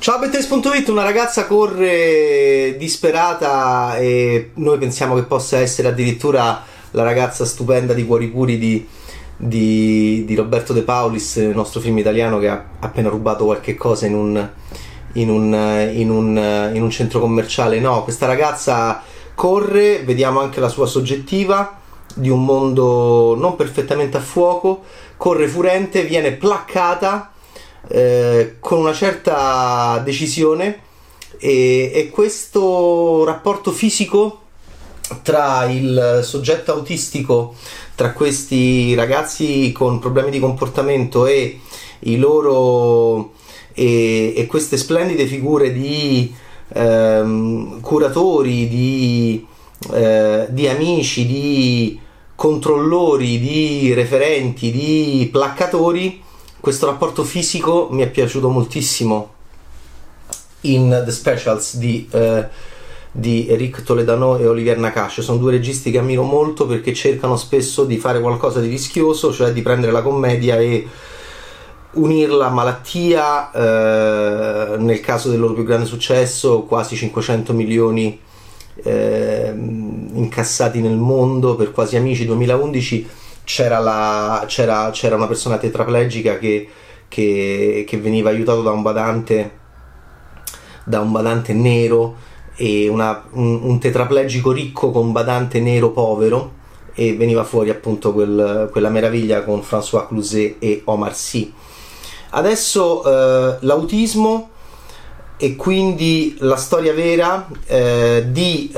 Ciao Bettes.it, una ragazza corre disperata e noi pensiamo che possa essere addirittura la ragazza stupenda di Cuori Puri di Roberto De Paulis, il nostro film italiano che ha appena rubato qualche cosa in un centro commerciale. No, questa ragazza corre, vediamo anche la sua soggettiva di un mondo non perfettamente a fuoco, corre furente, viene placcata con una certa decisione e questo rapporto fisico tra il soggetto autistico, tra questi ragazzi con problemi di comportamento e i loro e queste splendide figure di curatori, di amici, di controllori, di referenti, di placcatori. Questo rapporto fisico mi è piaciuto moltissimo in The Specials di Eric Toledano e Olivier Nakache. Sono due registi che ammiro molto perché cercano spesso di fare qualcosa di rischioso, cioè di prendere la commedia e unirla a malattia. Nel caso del loro più grande successo, quasi 500 milioni incassati nel mondo per Quasi Amici 2011, c'era una persona tetraplegica che veniva aiutato da un badante nero e un tetraplegico ricco con un badante nero povero, e veniva fuori appunto quella meraviglia con François Cluzet e Omar Sy. Adesso l'autismo e quindi la storia vera di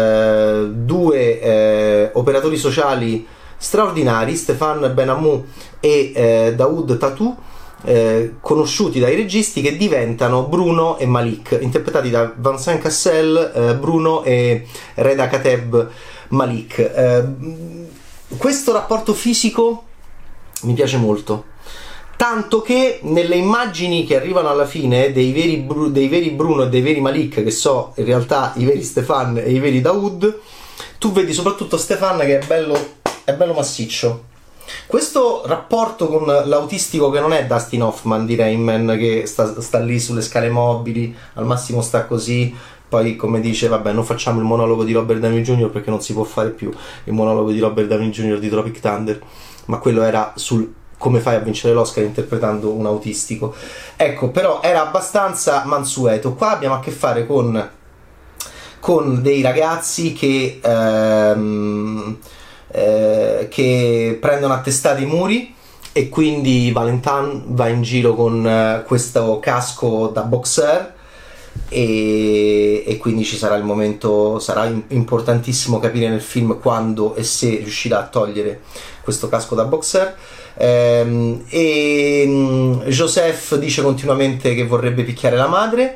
due operatori sociali straordinari, Stéphane Benhamou e Daoud Tatou, conosciuti dai registi, che diventano Bruno e Malik, interpretati da Vincent Cassel, Bruno e Reda Kateb Malik. Questo rapporto fisico mi piace molto, tanto che nelle immagini che arrivano alla fine dei veri Bruno e dei veri Malik, che so in realtà i veri Stéphane e i veri Daoud, tu vedi soprattutto Stéphane che è bello massiccio. Questo rapporto con l'autistico, che non è Dustin Hoffman di Rain Man, che sta lì sulle scale mobili, al massimo sta così, poi come dice vabbè non facciamo il monologo di Robert Downey Jr. perché non si può fare più il monologo di Robert Downey Jr. di Tropic Thunder, ma quello era sul come fai a vincere l'Oscar interpretando un autistico. Ecco, però era abbastanza mansueto. Qua abbiamo a che fare con dei ragazzi che prendono a testare i muri, e quindi Valentin va in giro con questo casco da boxer, e quindi ci sarà il momento, sarà importantissimo capire nel film quando e se riuscirà a togliere questo casco da boxer. Joseph dice continuamente che vorrebbe picchiare la madre,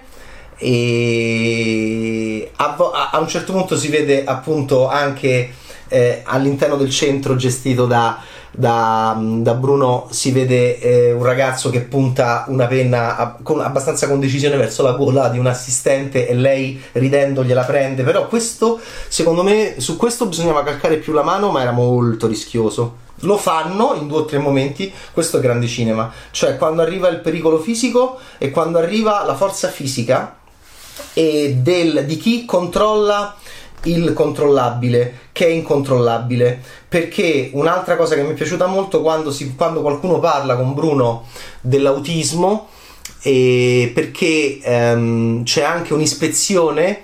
e a un certo punto si vede appunto anche all'interno del centro gestito da Bruno, si vede un ragazzo che punta una penna abbastanza con decisione verso la gola di un assistente, e lei ridendo gliela prende. Però questo, secondo me, su questo bisognava calcare più la mano, ma era molto rischioso. Lo fanno in 2 o 3 momenti. Questo è grande cinema, cioè quando arriva il pericolo fisico e quando arriva la forza fisica e di chi controlla il controllabile, che è incontrollabile. Perché un'altra cosa che mi è piaciuta molto quando qualcuno parla con Bruno dell'autismo, perché c'è anche un'ispezione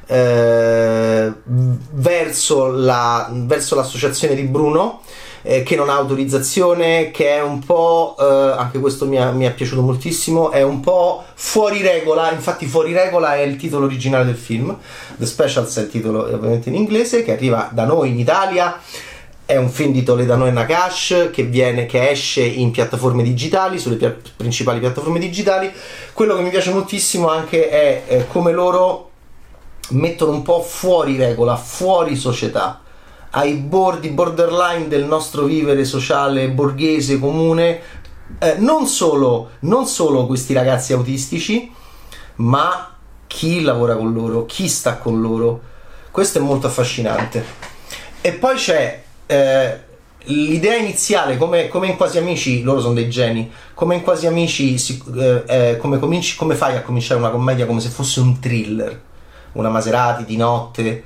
verso l'associazione di Bruno, che non ha autorizzazione, che è un po' anche questo mi è piaciuto moltissimo, è un po' fuori regola. Infatti Fuori regola è il titolo originale del film, The Specials è il titolo ovviamente in inglese, che arriva da noi in Italia. È un film di Toledano e Nakache che esce in piattaforme digitali, sulle principali piattaforme digitali. Quello che mi piace moltissimo anche è come loro mettono un po' fuori regola, fuori società, ai borderline del nostro vivere sociale borghese comune, non solo questi ragazzi autistici, ma chi lavora con loro, chi sta con loro. Questo è molto affascinante. E poi c'è l'idea iniziale, come in Quasi Amici, loro sono dei geni, come in Quasi Amici come fai a cominciare una commedia come se fosse un thriller, una Maserati di notte,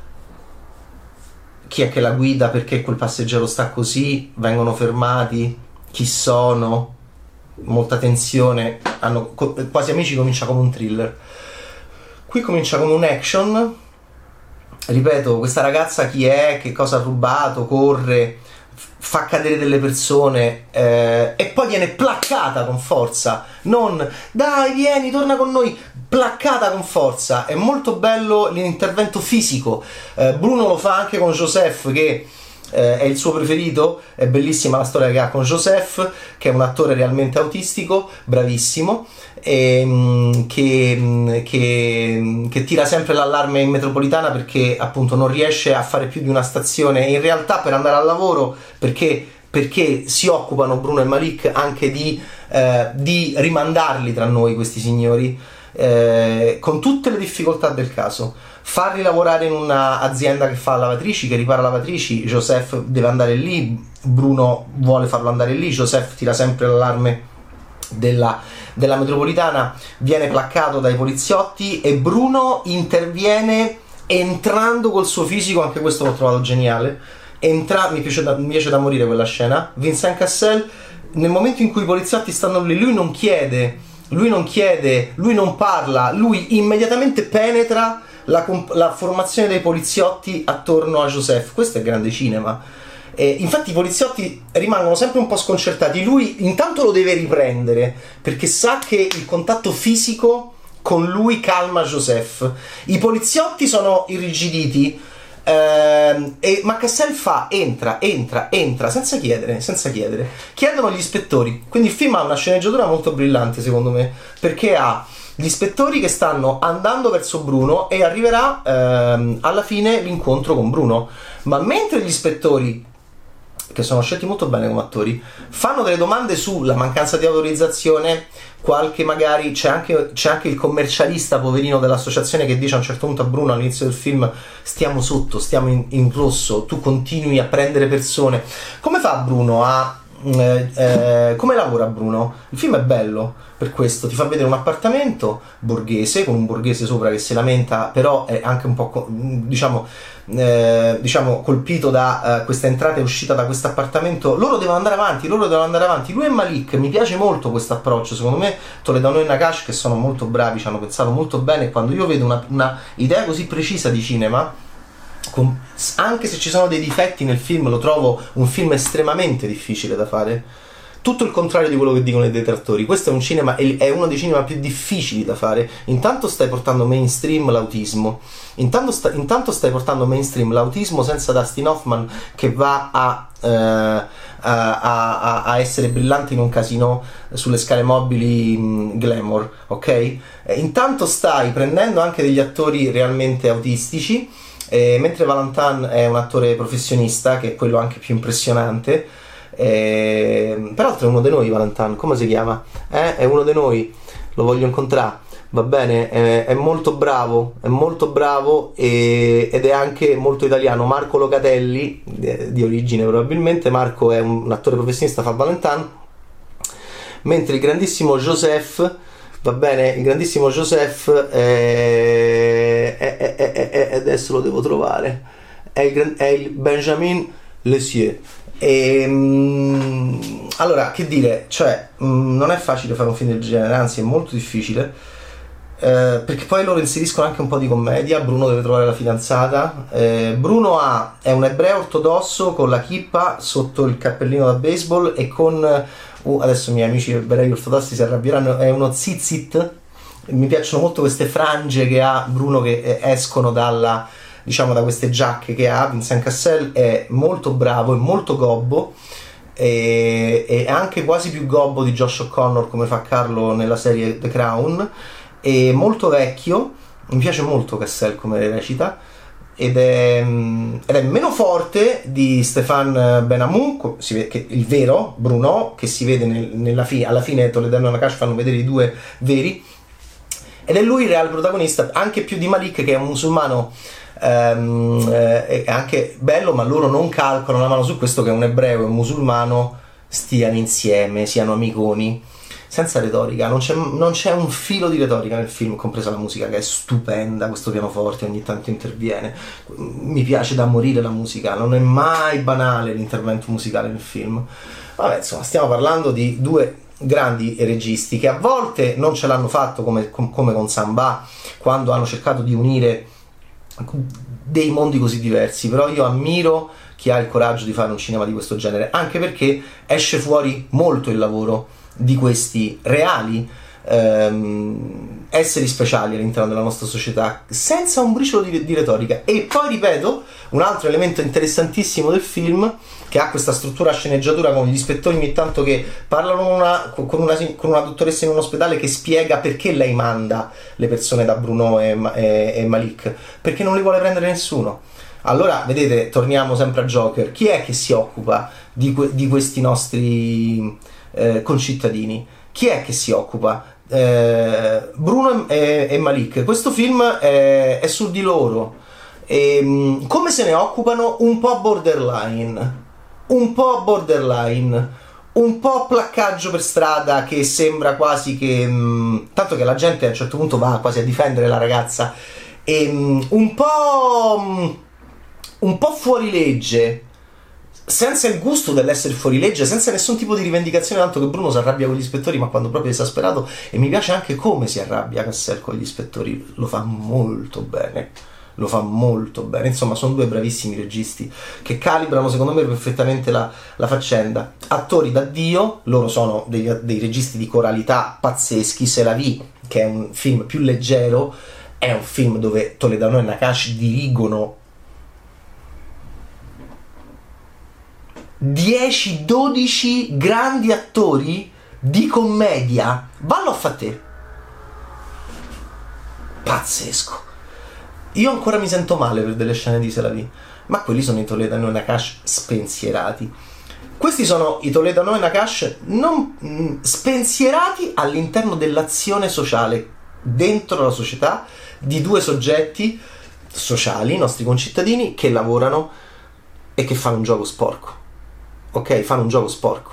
chi è che la guida, perché quel passeggero sta così, vengono fermati, chi sono, molta tensione. Quasi Amici comincia come un thriller, qui comincia come un action. Ripeto, questa ragazza chi è, che cosa ha rubato, corre, fa cadere delle persone e poi viene placcata con forza, non dai vieni torna con noi, placcata con forza. È molto bello l'intervento fisico. Bruno lo fa anche con Joseph, che è il suo preferito. È bellissima la storia che ha con Joseph, che è un attore realmente autistico, bravissimo, e che tira sempre l'allarme in metropolitana perché appunto non riesce a fare più di una stazione, e in realtà per andare al lavoro, perché si occupano Bruno e Malik anche di rimandarli tra noi questi signori, con tutte le difficoltà del caso. Farli lavorare in un'azienda che fa lavatrici, che ripara lavatrici. Joseph deve andare lì, Bruno vuole farlo andare lì, Joseph tira sempre l'allarme della metropolitana, viene placcato dai poliziotti e Bruno interviene entrando col suo fisico. Anche questo l'ho trovato geniale. Mi piace da morire quella scena. Vincent Cassel, nel momento in cui i poliziotti stanno lì, lui non chiede, lui non parla, lui immediatamente penetra la formazione dei poliziotti attorno a Joseph. Questo è grande cinema. Infatti i poliziotti rimangono sempre un po' sconcertati. Lui intanto lo deve riprendere perché sa che il contatto fisico con lui calma Joseph. I poliziotti sono irrigiditi, ma Cassel entra senza chiedere. Chiedono gli ispettori. Quindi il film ha una sceneggiatura molto brillante, secondo me, perché ha gli ispettori che stanno andando verso Bruno e arriverà alla fine l'incontro con Bruno. Ma mentre gli ispettori, che sono scelti molto bene come attori, fanno delle domande sulla mancanza di autorizzazione, magari c'è anche il commercialista poverino dell'associazione che dice a un certo punto a Bruno all'inizio del film: stiamo sotto, stiamo in rosso, tu continui a prendere persone. Come fa Bruno come lavora Bruno? Il film è bello per questo, ti fa vedere un appartamento borghese con un borghese sopra che si lamenta, però è anche un po' diciamo colpito da questa entrata e uscita da questo appartamento. Loro devono andare avanti, lui e Malik. Mi piace molto questo approccio. Secondo me Toledano e Nakash, che sono molto bravi, ci hanno pensato molto bene. Quando io vedo una idea così precisa di cinema, anche se ci sono dei difetti nel film, lo trovo un film estremamente difficile da fare. Tutto il contrario di quello che dicono i detrattori. Questo è un cinema, è uno dei cinema più difficili da fare. Intanto stai portando mainstream l'autismo. Intanto stai portando mainstream l'autismo senza Dustin Hoffman che va a essere brillante in un casino sulle scale mobili glamour, ok? Intanto stai prendendo anche degli attori realmente autistici, mentre Valentin è un attore professionista, che è quello anche più impressionante. Peraltro è uno di noi Valentin, come si chiama? È uno di noi, lo voglio incontrare, va bene? È molto bravo ed è anche molto italiano. Marco Locatelli, di origine probabilmente. Marco è un attore professionista, fa Valentin, mentre il grandissimo Joseph, va bene, adesso lo devo trovare, è il Benjamin Lessieux. Allora, che dire, cioè non è facile fare un film del genere, anzi è molto difficile, perché poi loro inseriscono anche un po' di commedia. Bruno deve trovare la fidanzata. Bruno è un ebreo ortodosso con la kippa sotto il cappellino da baseball e con adesso i miei amici ebrei ortodossi si arrabbieranno, è uno tzitzit. Mi piacciono molto queste frange che ha Bruno, che escono da queste giacche che ha. Vincent Cassel è molto bravo, è molto gobbo, e anche quasi più gobbo di Josh O'Connor, come fa Carlo nella serie The Crown, è molto vecchio. Mi piace molto Cassel come recita, ed è meno forte di Stéphane Benhamou, che il vero Bruno, che si vede alla fine Toledano e Nakash fanno vedere i due veri, ed è lui il reale protagonista, anche più di Malik, che è un musulmano è anche bello, ma loro non calcolano la mano su questo, che un ebreo e un musulmano stiano insieme, siano amiconi, senza retorica. Non c'è un filo di retorica nel film, compresa la musica che è stupenda, questo pianoforte ogni tanto interviene, mi piace da morire la musica, non è mai banale l'intervento musicale nel film. Vabbè, insomma, stiamo parlando di due grandi registi che a volte non ce l'hanno fatto, come con Samba, quando hanno cercato di unire dei mondi così diversi, però io ammiro chi ha il coraggio di fare un cinema di questo genere, anche perché esce fuori molto il lavoro di questi reali esseri speciali all'interno della nostra società, senza un briciolo di retorica. E poi ripeto, un altro elemento interessantissimo del film, che ha questa struttura sceneggiatura con gli ispettori ogni tanto che parlano con una dottoressa in un ospedale che spiega perché lei manda le persone da Bruno e Malik, perché non li vuole prendere nessuno. Allora, vedete, torniamo sempre a Joker. Chi è che si occupa di questi nostri concittadini? Chi è che si occupa? Bruno e Malik. Questo film è su di loro. Come se ne occupano? Un po' borderline, un po' placcaggio per strada, che sembra quasi che tanto che la gente a un certo punto va quasi a difendere la ragazza, un po' fuorilegge, senza il gusto dell'essere fuorilegge, senza nessun tipo di rivendicazione, tanto che Bruno si arrabbia con gli ispettori, ma quando proprio è esasperato. E mi piace anche come si arrabbia Cassel con gli ispettori, lo fa molto bene. Insomma, sono due bravissimi registi che calibrano secondo me perfettamente la faccenda. Attori da Dio, loro sono dei registi di coralità pazzeschi. C'est la vie, che è un film più leggero, è un film dove Toledano e Nakash dirigono 10-12 grandi attori di commedia. Vallo a fa te, pazzesco. Io ancora mi sento male per delle scene di C'est la vie, ma quelli sono i Toledano e Nakash spensierati. Questi sono i Toledano e Nakash non spensierati all'interno dell'azione sociale dentro la società, di due soggetti sociali, i nostri concittadini, che lavorano e che fanno un gioco sporco. Ok, fanno un gioco sporco.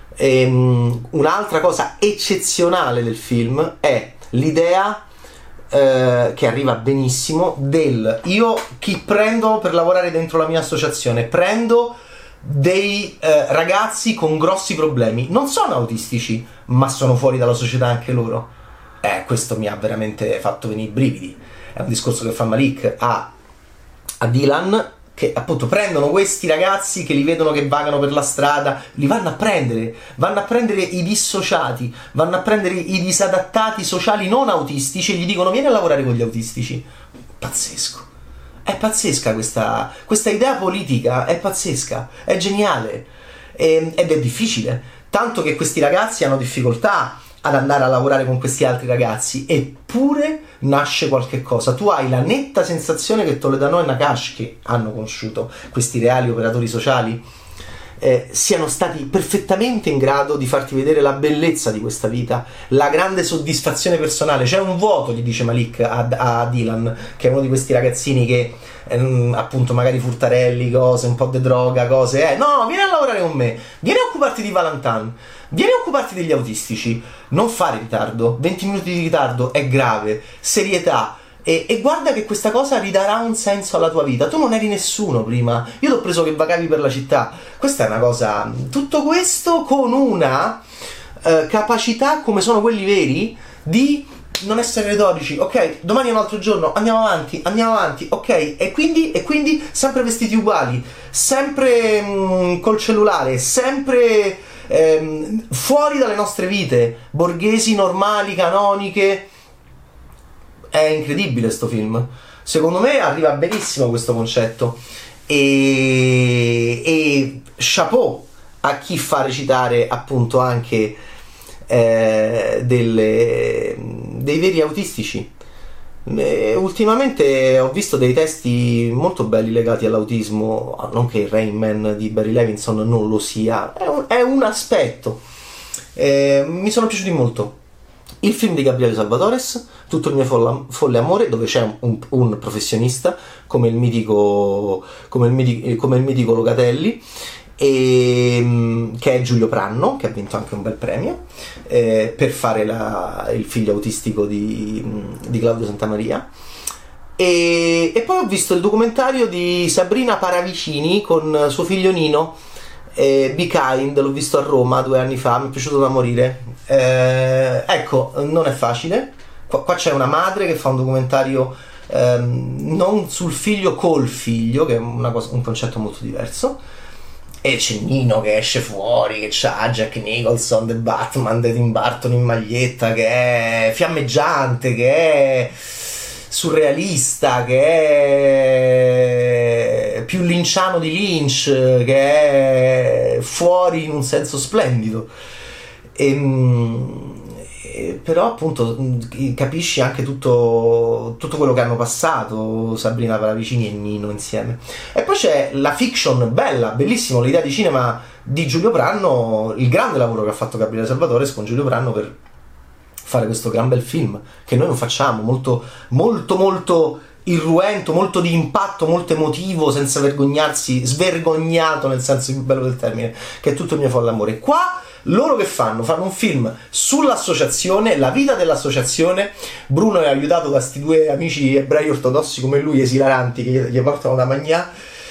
Un'altra cosa eccezionale del film è l'idea che arriva benissimo io chi prendo per lavorare dentro la mia associazione? Prendo dei ragazzi con grossi problemi, non sono autistici, ma sono fuori dalla società anche loro. Questo mi ha veramente fatto venire i brividi. È un discorso che fa Malik a Dylan, che appunto prendono questi ragazzi che li vedono che vagano per la strada, li vanno a prendere i dissociati, vanno a prendere i disadattati sociali non autistici e gli dicono: vieni a lavorare con gli autistici. Pazzesco, è pazzesca questa idea politica, è pazzesca, è geniale, ed è difficile, tanto che questi ragazzi hanno difficoltà ad andare a lavorare con questi altri ragazzi, eppure nasce qualche cosa. Tu hai la netta sensazione che Toledano e Nakash, che hanno conosciuto questi reali operatori sociali, siano stati perfettamente in grado di farti vedere la bellezza di questa vita, la grande soddisfazione personale. C'è un vuoto, gli dice Malik a Dylan, che è uno di questi ragazzini che appunto magari furtarelli, cose, un po' di droga, cose, no, vieni a lavorare con me, vieni a occuparti di Valentin, vieni a occuparti degli autistici, non fare ritardo, 20 minuti di ritardo è grave, serietà, e guarda che questa cosa ridarà un senso alla tua vita. Tu non eri nessuno prima, io ti ho preso che vagavi per la città. Questa è una cosa, tutto questo con una capacità, come sono quelli veri, di non essere retorici. Ok, domani è un altro giorno, andiamo avanti, ok, e quindi sempre vestiti uguali, sempre col cellulare, sempre fuori dalle nostre vite, borghesi, normali, canoniche. È incredibile sto film, secondo me arriva benissimo questo concetto, e chapeau a chi fa recitare appunto anche dei veri autistici. Ultimamente ho visto dei testi molto belli legati all'autismo, non che il Rain Man di Barry Levinson non lo sia, è un aspetto. Mi sono piaciuti molto. il film di Gabriele Salvatores, Tutto il mio folle amore, dove c'è un professionista come il mitico Locatelli, che è Giulio Pranno, che ha vinto anche un bel premio per fare il figlio autistico di Claudio Santamaria. E poi ho visto il documentario di Sabrina Paravicini con suo figlio Nino, Be Kind, l'ho visto a Roma 2 anni fa, mi è piaciuto da morire. Ecco, non è facile. Qua c'è una madre che fa un documentario non sul figlio, col figlio, che è un concetto molto diverso. E c'è Nino che esce fuori, che c'ha Jack Nicholson, The Batman, di Tim Burton in maglietta, che è fiammeggiante, che è surrealista, che è più linciano di Lynch, che è fuori in un senso splendido. Però appunto capisci anche tutto quello che hanno passato Sabrina Paravicini e Nino insieme. E poi c'è la fiction bella, bellissimo, l'idea di cinema di Giulio Pranno, il grande lavoro che ha fatto Gabriele Salvatores con Giulio Pranno per fare questo gran bel film che noi non facciamo, molto molto molto irruento, molto di impatto, molto emotivo, senza vergognarsi, svergognato nel senso più bello del termine, che è Tutto il mio folle amore. Qua loro che fanno un film sull'associazione, la vita dell'associazione. Bruno è aiutato da sti due amici ebrei ortodossi come lui, esilaranti, che gli portano da mangiare.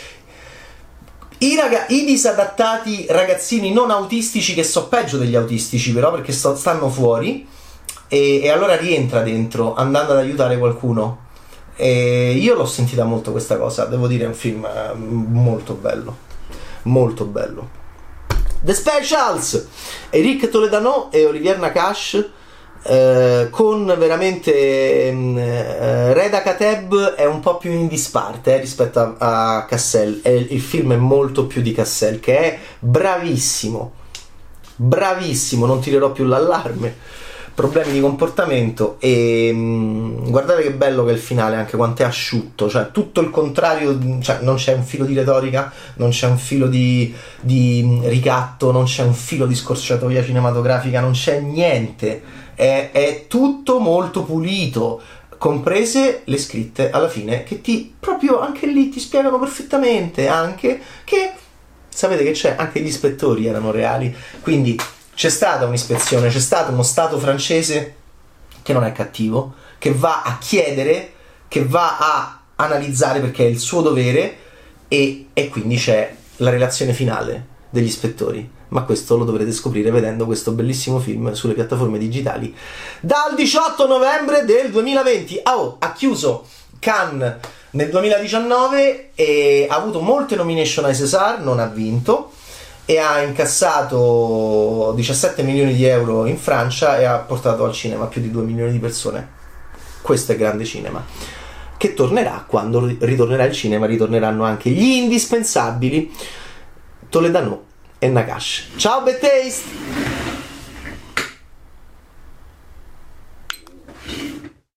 I disadattati ragazzini non autistici, che so peggio degli autistici però, perché stanno fuori, e allora rientra dentro andando ad aiutare qualcuno. E io l'ho sentita molto questa cosa, devo dire, è un film molto bello, molto bello. The Specials, Eric Toledano e Olivier Nakache, con veramente Reda Kateb è un po' più in disparte rispetto a Cassel. Il film è molto più di Cassel, che è bravissimo, non tirerò più l'allarme. Problemi di comportamento, e guardate che bello che è il finale, anche quanto è asciutto, cioè tutto il contrario, cioè non c'è un filo di retorica, non c'è un filo di ricatto, non c'è un filo di scorciatoia cinematografica, non c'è niente, è tutto molto pulito, comprese le scritte alla fine, che proprio anche lì ti spiegano perfettamente anche che, sapete che c'è, anche gli ispettori erano reali, quindi c'è stata un'ispezione, c'è stato uno Stato francese che non è cattivo, che va a chiedere, che va a analizzare perché è il suo dovere, e quindi c'è la relazione finale degli ispettori. Ma questo lo dovrete scoprire vedendo questo bellissimo film sulle piattaforme digitali dal 18 novembre del 2020. Ha chiuso Cannes nel 2019 e ha avuto molte nomination ai César, non ha vinto, e ha incassato 17 milioni di euro in Francia e ha portato al cinema più di 2 milioni di persone. Questo è grande cinema, che tornerà quando ritornerà il cinema, ritorneranno anche gli indispensabili Toledano e Nakache. Ciao Bad Taste!